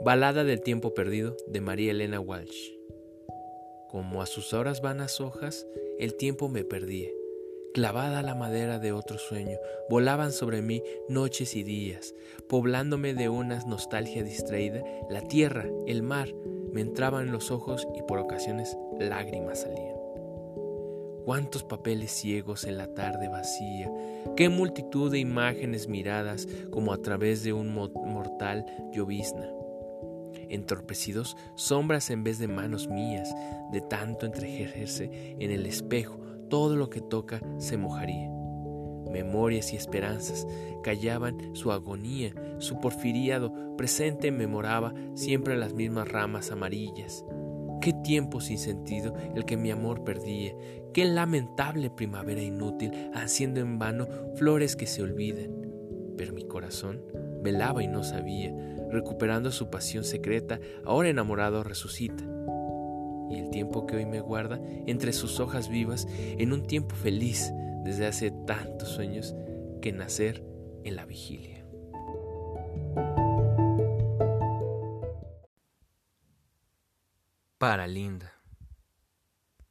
Balada del tiempo perdido de María Elena Walsh. Como a sus horas vanas hojas, el tiempo me perdía. Clavada a la madera de otro sueño, volaban sobre mí noches y días, poblándome de una nostalgia distraída. La tierra, el mar, me entraban en los ojos y por ocasiones lágrimas salían. Cuántos papeles ciegos en la tarde vacía, qué multitud de imágenes miradas como a través de un mortal llovizna. Entorpecidos, sombras en vez de manos mías, de tanto entretejerse en el espejo, todo lo que toca se mojaría. Memorias y esperanzas callaban su agonía, su porfiriado presente memoraba siempre las mismas ramas amarillas. Qué tiempo sin sentido el que mi amor perdía, qué lamentable primavera inútil, haciendo en vano flores que se olvidan. Pero mi corazón velaba y no sabía, recuperando su pasión secreta, ahora enamorado resucita. Y el tiempo que hoy me guarda entre sus hojas vivas, en un tiempo feliz, desde hace tantos sueños que nacer en la vigilia. Para Linda.